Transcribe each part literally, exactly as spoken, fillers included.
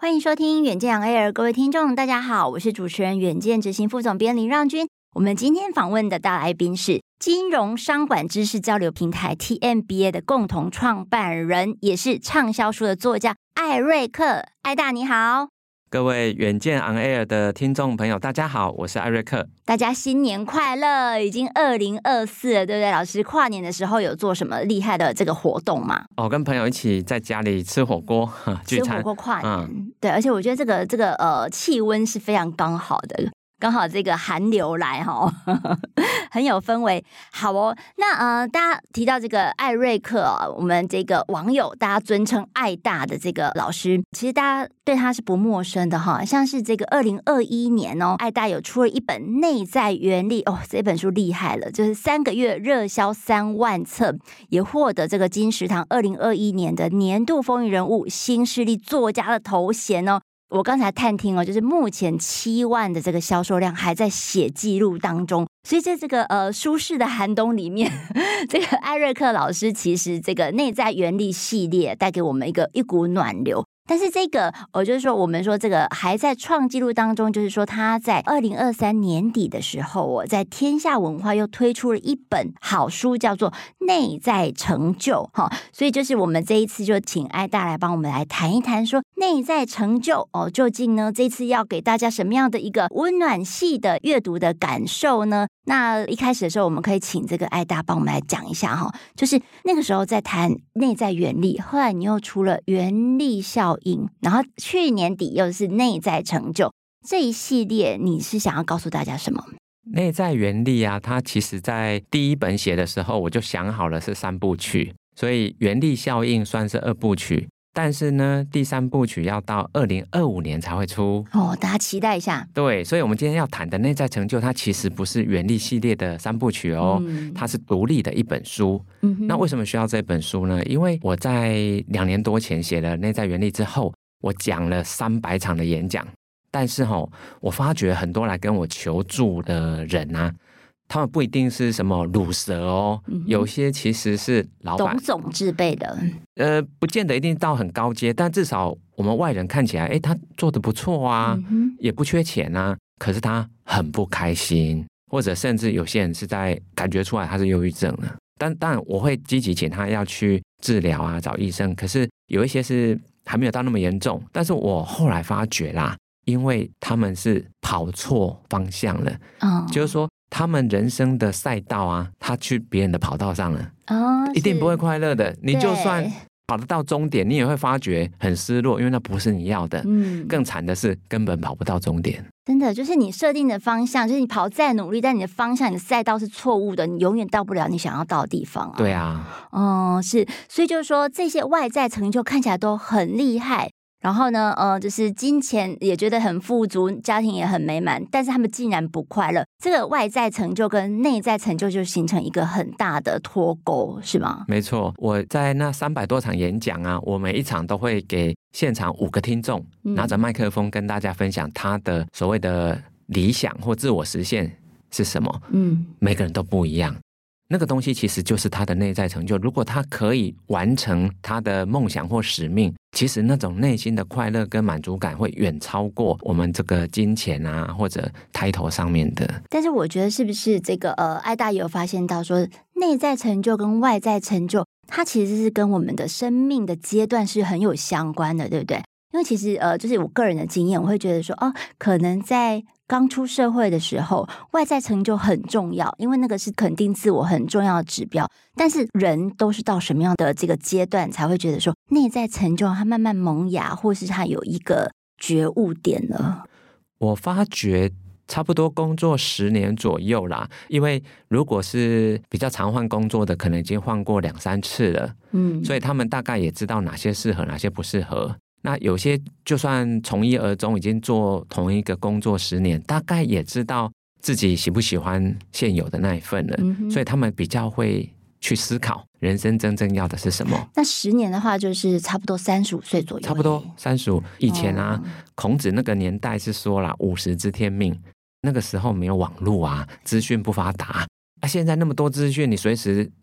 欢迎收听远见 Air， 各位听众大家好，我是主持人远见执行副总编林让均。我们今天访问的大来宾是金融商管知识交流平台 T M B A 的共同创办人，也是畅销书的作家艾瑞克。艾大你好。 各位远见 On Air 的听众朋友大家好，我是艾瑞克。 大家新年快乐，已经二零二四了，对不对？老师跨年的时候有做什么厉害的这个活动吗？ 哦，跟朋友一起在家里吃火锅聚餐， 吃火锅跨年、 嗯、 对，而且我觉得这个这个呃气温是非常刚好的，刚好这个寒流来哈，很有氛围。好哦，那呃，大家提到这个艾瑞克啊，我们这个网友大家尊称艾大的这个老师，其实大家对他是不陌生的哈。像是这个二零二一年哦，艾大有出了一本《内在原力》哦，这本书厉害了，就是三个月热销三万册，也获得这个金石堂二零二一年的年度风云人物、新势力作家的头衔哦。我刚才探听哦，就是目前七万的这个销售量还在写记录当中，所以在这个呃舒适的寒冬里面，这个艾瑞克老师其实这个内在原力系列带给我们一个一股暖流。但是这个我就是说我们说这个还在创纪录当中，就是说他在二零二三年底的时候，我在天下文化又推出了一本好书，叫做内在成就哈。所以就是我们这一次就请艾大来帮我们来谈一谈说内在成就哦，究竟呢这次要给大家什么样的一个温暖系的阅读的感受呢？那一开始的时候我们可以请这个艾大帮我们来讲一下哈，就是那个时候在谈内在原力，后来你又出了原力效应，然后去年底又是内在成就，这一系列你是想要告诉大家什么？ 内在原力啊，它其实在第一本写的时候我就想好了是三部曲，所以原力效应算是二部曲，但是呢第三部曲要到二零二五年才会出哦，大家期待一下。 对，所以我们今天要谈的内在成就，它其实不是原力系列的三部曲哦、嗯、它是独立的一本书、嗯、那为什么需要这本书呢？因为我在两年多前写了内在原力之后，我讲了三百场的演讲，但是齁我发觉很多来跟我求助的人啊，他们不一定是什么乳蛇哦、嗯、有些其实是老板董总之辈的， 呃，不见得一定到很高阶，但至少我们外人看起来，哎，他做得不错啊、嗯、也不缺钱啊，可是他很不开心，或者甚至有些人是在感觉出来他是忧郁症了，但当然我会积极请他要去治疗啊，找医生，可是有一些是还没有到那么严重，但是我后来发觉啦，因为他们是跑错方向了、哦、就是说他们人生的赛道啊，他去别人的跑道上了、哦、一定不会快乐的，你就算跑得到终点，你也会发觉很失落，因为那不是你要的、嗯、更惨的是根本跑不到终点。 真的就是你设定的方向，就是你跑再努力，但你的方向你的赛道是错误的，你永远到不了你想要到的地方啊。 对啊， 哦，是，所以就是说这些外在成就看起来都很厉害，然后呢呃，就是金钱也觉得很富足，家庭也很美满，但是他们竟然不快乐，这个外在成就跟内在成就就形成一个很大的脱钩，是吗？ 没错，我在那三百多场演讲啊，我每一场都会给现场五个听众拿着麦克风跟大家分享他的所谓的理想或自我实现是什么，嗯，每个人都不一样，那个东西其实就是他的内在成就，如果他可以完成他的梦想或使命，其实那种内心的快乐跟满足感会远超过我们这个金钱啊或者抬头上面的。 但是我觉得是不是这个呃，艾大也有发现到说内在成就跟外在成就它其实是跟我们的生命的阶段是很有相关的，对不对？因为其实呃，就是我个人的经验，我会觉得说哦，可能在刚出社会的时候，外在成就很重要，因为那个是肯定自我很重要的指标。但是人都是到什么样的这个阶段才会觉得说内在成就它慢慢萌芽，或是它有一个觉悟点了？ 我发觉差不多工作十年左右啦，因为如果是比较常换工作的，可能已经换过两三次了，嗯，所以他们大概也知道哪些适合，哪些不适合。那有些就算从一而终，已经做同一个工作十年，大概也知道自己喜不喜欢现有的那一份了、嗯、所以他们比较会去思考人生真正要的是什么。 那十年的话就是差不多三十五岁左右， 差不多三十五。以前啊、哦、孔子那个年代是说啦五十知天命，那个时候没有网络啊，资讯不发达啊，现在那么多资讯，你随时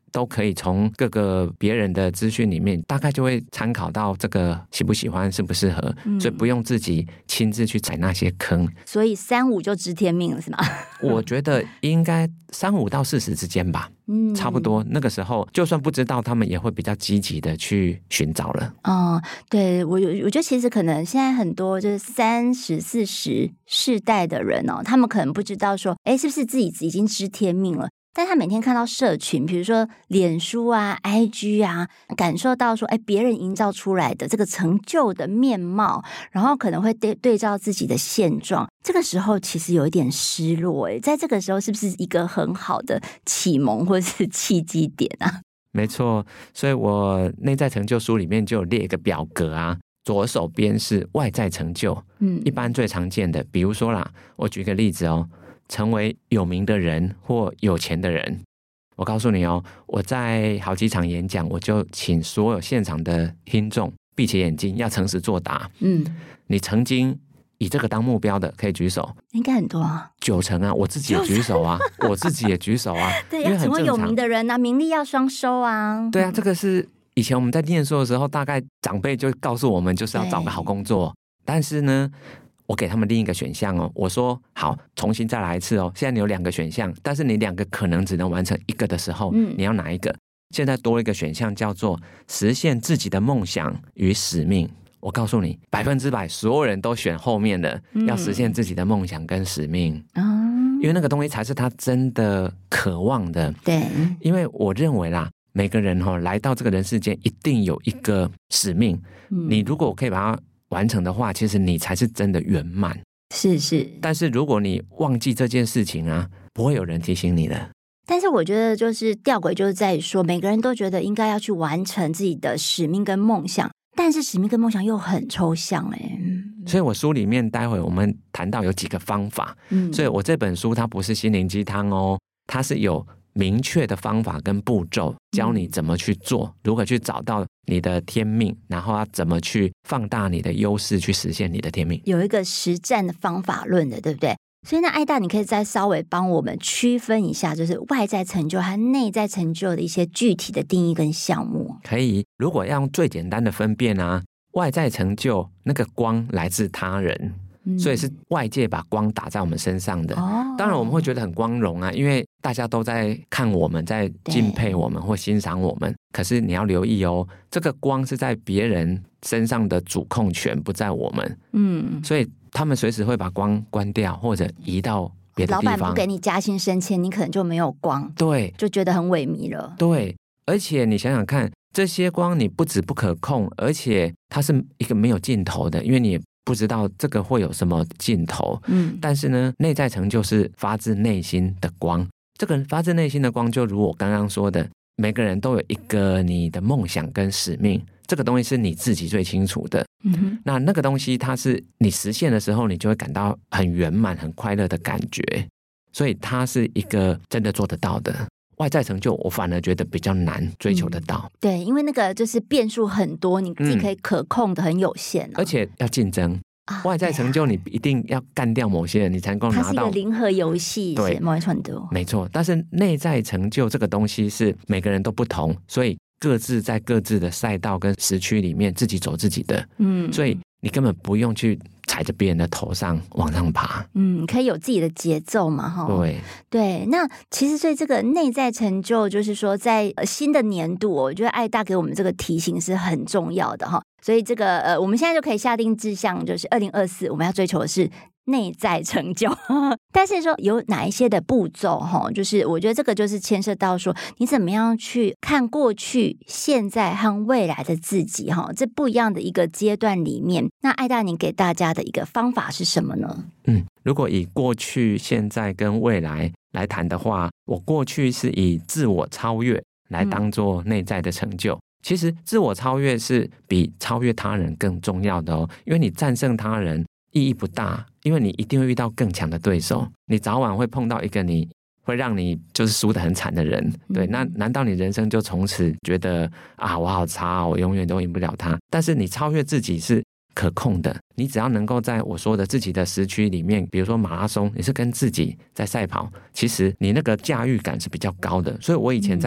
都可以从各个别人的资讯里面，大概就会参考到这个喜不喜欢、适不适合，嗯、所以不用自己亲自去踩那些坑。 所以三五就知天命了，是吗？ 我觉得应该三五到四十之间吧。嗯，差不多那个时候，就算不知道，他们也会比较积极的去寻找了。 哦，对，我我觉得其实可能现在很多就是三十四十世代的人哦，他们可能不知道说，哎，是不是自己已经知天命了？但他每天看到社群，比如说脸书啊、I G 啊，感受到说，哎，别人营造出来的这个成就的面貌，然后可能会对对照自己的现状，这个时候其实有一点失落。哎，在这个时候是不是一个很好的启蒙或是契机点啊？ 没错，所以我内在成就书里面就有列一个表格啊，左手边是外在成就，嗯，一般最常见的，比如说啦，我举个例子哦。成为有名的人或有钱的人，我告诉你哦，我在好几场演讲，我就请所有现场的听众闭起眼睛，要诚实作答。嗯，你曾经以这个当目标的，可以举手。 应该很多啊， 九成啊，我自己也举手啊，我自己也举手啊。 对，要成为有名的人啊，名利要双收啊。 对啊，这个是以前我们在念书的时候，大概长辈就告诉我们，就是要找个好工作。但是呢，我给他们另一个选项哦，我说好，重新再来一次哦。现在你有两个选项，但是你两个可能只能完成一个的时候，嗯、你要哪一个？现在多了一个选项，叫做实现自己的梦想与使命。我告诉你，百分之百所有人都选后面的，嗯、要实现自己的梦想跟使命，嗯、因为那个东西才是他真的渴望的。 对， 因为我认为啦，每个人哦来到这个人世间，一定有一个使命。嗯、你如果可以把它完成的话，其实你才是真的圆满。 是是， 但是如果你忘记这件事情啊，不会有人提醒你的。 但是我觉得就是吊诡，就是在于说，每个人都觉得应该要去完成自己的使命跟梦想，但是使命跟梦想又很抽象哎、欸。 所以我书里面待会我们谈到有几个方法，嗯，所以我这本书它不是心灵鸡汤哦，它是有明确的方法跟步骤，教你怎么去做，如何去找到你的天命，然后要怎么去放大你的优势，去实现你的天命。 有一个实战的方法论的，对不对？所以那艾大，你可以再稍微帮我们区分一下，就是外在成就和内在成就的一些具体的定义跟项目。 可以，如果要用最简单的分辨啊，外在成就那个光来自他人。所以是外界把光打在我们身上的，哦、当然我们会觉得很光荣啊，因为大家都在看我们，在敬佩我们或欣赏我们。可是你要留意哦，这个光是在别人身上的主控权不在我们，嗯，所以他们随时会把光关掉或者移到别的地方。 老板不给你加薪升迁，你可能就没有光， 对， 就觉得很萎靡了。 对，而且你想想看，这些光你不止不可控，而且它是一个没有尽头的，因为你不知道这个会有什么尽头，嗯，但是呢，内在成就是发自内心的光。这个发自内心的光，就如我刚刚说的，每个人都有一个你的梦想跟使命，这个东西是你自己最清楚的。嗯哼，那那个东西，它是你实现的时候，你就会感到很圆满、很快乐的感觉，所以它是一个真的做得到的。外在成就我反而觉得比较难追求得到、 嗯、对，因为那个就是变数很多，你自己可以可控的很有限、哦嗯、而且要竞争、啊、外在成就你一定要干掉某些人你才能够拿到， 它是一个零和游戏， 对，没错。但是内在成就这个东西是每个人都不同，所以各自在各自的赛道跟时区里面自己走自己的，嗯，所以你根本不用去踩着别人的头上往上爬， 嗯，可以有自己的节奏嘛，哈， 对对。那其实所以这个内在成就，就是说在新的年度、哦，我觉得艾大给我们这个提醒是很重要的哈。所以这个呃，我们现在就可以下定志向，就是二零二四我们要追求的是内在成就，但是说有哪一些的步骤哈，就是我觉得这个就是牵涉到说你怎么样去看过去、现在和未来的自己哈，这不一样的一个阶段里面，那艾大你给大家的一个方法是什么呢？ 嗯，如果以过去、现在跟未来来谈的话，我过去是以自我超越来当做内在的成就。嗯，其实自我超越是比超越他人更重要的哦，因为你战胜他人意义不大，因为你一定会遇到更强的对手，你早晚会碰到一个你会让你就是输得很惨的人，对，那难道你人生就从此觉得啊我好差，我永远都赢不了他？但是你超越自己是可控的，你只要能够在我说的自己的时区里面，比如说马拉松，你是跟自己在赛跑，其实你那个驾驭感是比较高的。所以我以前在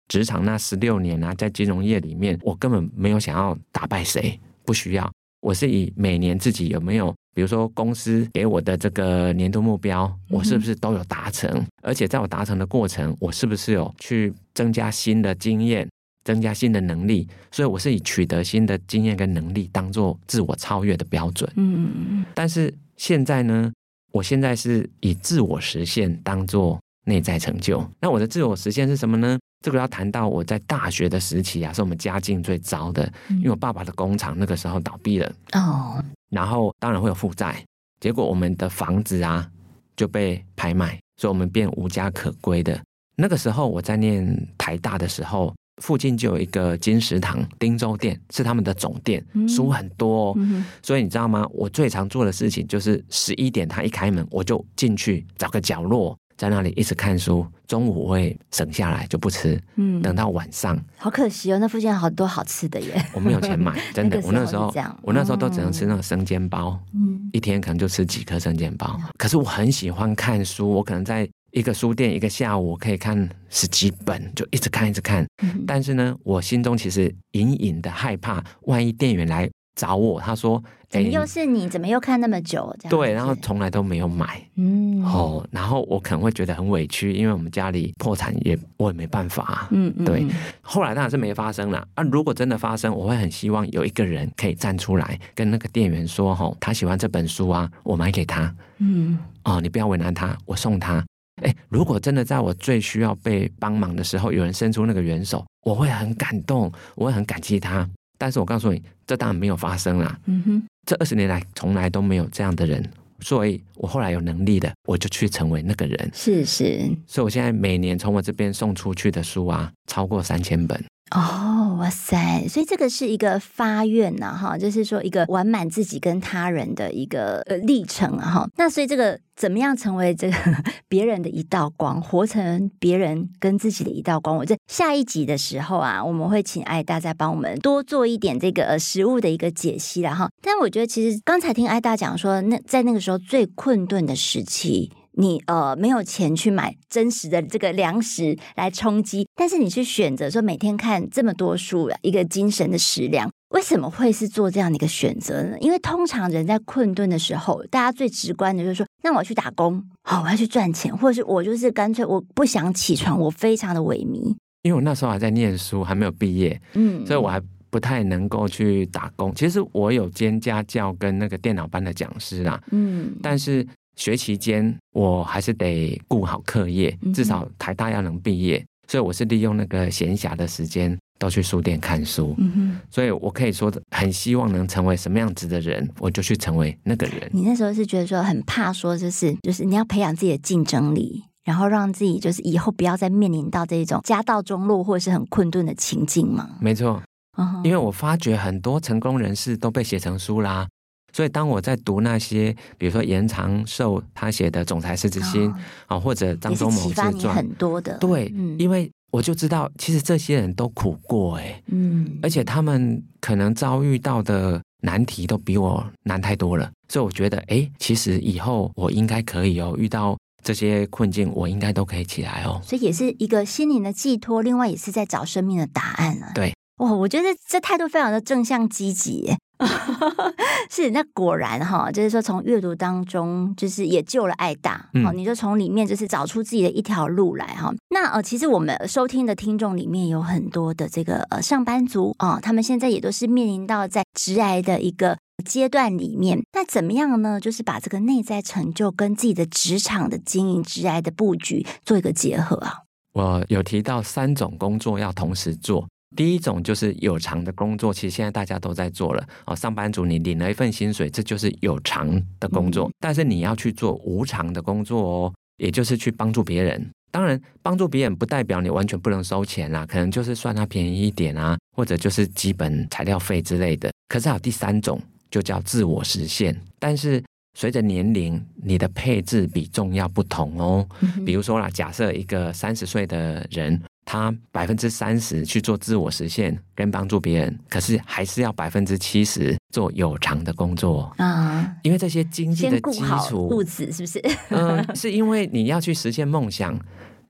职场那十六年啊，在金融业里面，我根本没有想要打败谁，不需要。我是以每年自己有没有，比如说公司给我的这个年度目标，我是不是都有达成、嗯、而且在我达成的过程，我是不是有去增加新的经验，增加新的能力，所以我是以取得新的经验跟能力当做自我超越的标准。嗯，但是现在呢，我现在是以自我实现当做内在成就。那我的自我实现是什么呢？这个要谈到我在大学的时期啊，是我们家境最糟的，因为我爸爸的工厂那个时候倒闭了哦，然后当然会有负债，结果我们的房子啊就被拍卖，所以我们变无家可归的。那个时候我在念台大的时候，附近就有一个金石堂汀州店，是他们的总店，书很多哦、嗯、所以你知道吗，我最常做的事情就是十一点他一开门，我就进去找个角落，在那里一直看书，中午我会省下来就不吃、嗯、等到晚上。好可惜哦，那附近好多好吃的耶，我没有钱买真的那我那时候我那时候都只能吃那种生煎包、嗯、一天可能就吃几颗生煎包、嗯、可是我很喜欢看书，我可能在一个书店一个下午我可以看十几本，就一直看一直看、嗯、但是呢我心中其实隐隐的害怕，万一店员来找我，他说怎么又是你、欸、怎么又看那么久这样， 对，然后从来都没有买，嗯，哦，然后我可能会觉得很委屈，因为我们家里破产也我也没办法，嗯嗯，对，后来当然是没发生了啊。如果真的发生，我会很希望有一个人可以站出来跟那个店员说，哦，他喜欢这本书啊，我买给他，嗯，哦，你不要为难他，我送他。哎，如果真的在我最需要被帮忙的时候，有人伸出那个援手，我会很感动，我会很感激他。但是我告诉你，这当然没有发生啦。嗯哼，这二十年来从来都没有这样的人，所以我后来有能力的，我就去成为那个人。是是，所以我现在每年从我这边送出去的书啊，超过三千本。哦，哇塞！所以这个是一个发愿呐、啊，哈，就是说一个完满自己跟他人的一个呃历程啊，哈。那所以这个怎么样成为这个别人的一道光，活成别人跟自己的一道光？我这下一集的时候啊，我们会请艾大再帮我们多做一点这个呃食物的一个解析啦，哈。但我觉得其实刚才听艾大讲说，那在那个时候最困顿的时期。你呃没有钱去买真实的这个粮食来充饥，但是你去选择说每天看这么多书，一个精神的食粮，为什么会是做这样的一个选择呢？因为通常人在困顿的时候，大家最直观的就是说，那我要去打工，好，我要去赚钱，或者是我就是干脆我不想起床，我非常的萎靡。因为我那时候还在念书，还没有毕业，嗯，所以我还不太能够去打工。其实我有兼家教跟那个电脑班的讲师啦，嗯，但是学期间我还是得顾好课业，至少台大要能毕业，所以我是利用那个闲暇的时间都去书店看书、嗯、所以我可以说很希望能成为什么样子的人，我就去成为那个人。你那时候是觉得说很怕说就是就是你要培养自己的竞争力，然后让自己就是以后不要再面临到这种家道中落或者是很困顿的情境吗？没错、uh-huh. 因为我发觉很多成功人士都被写成书啦，所以当我在读那些比如说严长寿他写的总裁狮子心、哦、或者张忠谋自传，也是启发你很多的。对、嗯、因为我就知道其实这些人都苦过哎，嗯，而且他们可能遭遇到的难题都比我难太多了，所以我觉得哎，其实以后我应该可以哦，遇到这些困境我应该都可以起来哦，所以也是一个心灵的寄托，另外也是在找生命的答案啊。对，哇，我觉得这态度非常的正向积极耶是，那果然哈，就是说从阅读当中，就是也救了艾大，嗯，你就从里面就是找出自己的一条路来哈。那呃，其实我们收听的听众里面有很多的这个呃上班族啊、哦，他们现在也都是面临到在职涯的一个阶段里面，那怎么样呢？就是把这个内在成就跟自己的职场的经营、职涯的布局做一个结合啊。我有提到三种工作要同时做。第一种就是有偿的工作，其实现在大家都在做了、哦、上班族你领了一份薪水，这就是有偿的工作、嗯、但是你要去做无偿的工作哦，也就是去帮助别人。当然帮助别人不代表你完全不能收钱啦，可能就是算他便宜一点啊，或者就是基本材料费之类的。可是还有第三种就叫自我实现，但是随着年龄你的配置比重要不同哦、嗯、比如说啦，假设一个三十岁的人，他百分之三十去做自我实现跟帮助别人，可是还是要百分之七十做有偿的工作啊，因为这些经济的基础，先顾好物质是不是？嗯，是因为你要去实现梦想，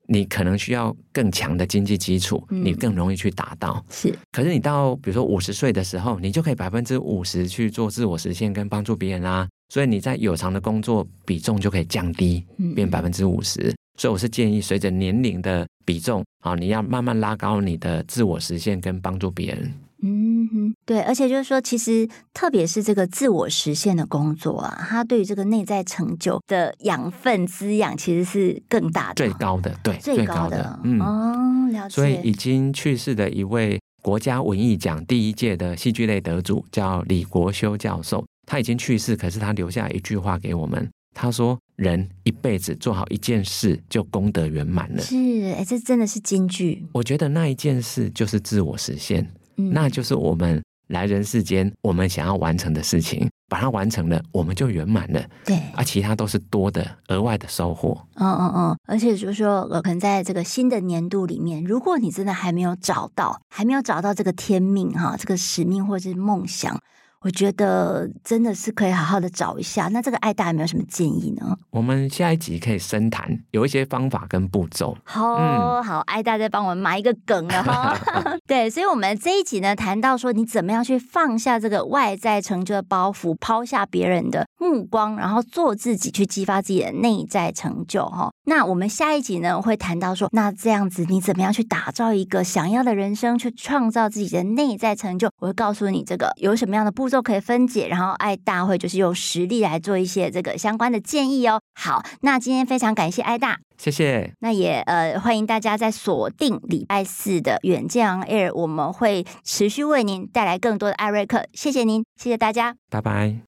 你可能需要更强的经济基础，嗯、你更容易去达到。 是， 可是你到比如说五十岁的时候，你就可以百分之五十去做自我实现跟帮助别人啦。所以你在有偿的工作比重就可以降低，变百分之五十。所以我是建议，随着年龄的比重，好，你要慢慢拉高你的自我实现跟帮助别人。 嗯哼，对，而且就是说，其实特别是这个自我实现的工作啊，它对于这个内在成就的养分滋养，其实是更大的、 最高的，对， 最高的。高的嗯， 哦，了解。 所以已经去世的一位国家文艺奖第一届的戏剧类得主叫李国修教授，他已经去世，可是他留下一句话给我们，他说：“人一辈子做好一件事，就功德圆满了。” 是，哎，这真的是金句。 我觉得那一件事就是自我实现。嗯、那就是我们来人世间我们想要完成的事情，把它完成了，我们就圆满了。 对， 而、啊、其他都是多的额外的收获。 嗯嗯嗯，而且就是说，可能在这个新的年度里面，如果你真的还没有找到，还没有找到这个天命哈，这个使命或者是梦想，我觉得真的是可以好好的找一下。那这个爱大有没有什么建议呢？ 我们下一集可以深谈，有一些方法跟步骤。 好、嗯、好，爱大再帮我们埋一个梗了哈。对，所以我们这一集呢，谈到说你怎么样去放下这个外在成就的包袱，抛下别人的目光，然后做自己，去激发自己的内在成就哈。那我们下一集呢，会谈到说，那这样子你怎么样去打造一个想要的人生，去创造自己的内在成就？我会告诉你这个有什么样的步骤可以分解，然后爱大会就是用实力来做一些这个相关的建议哦。好，那今天非常感谢爱大， 谢谢。 那也呃欢迎大家在锁定礼拜四的远见 on air， 我们会持续为您带来更多的艾瑞克。谢谢您，谢谢大家， 拜拜。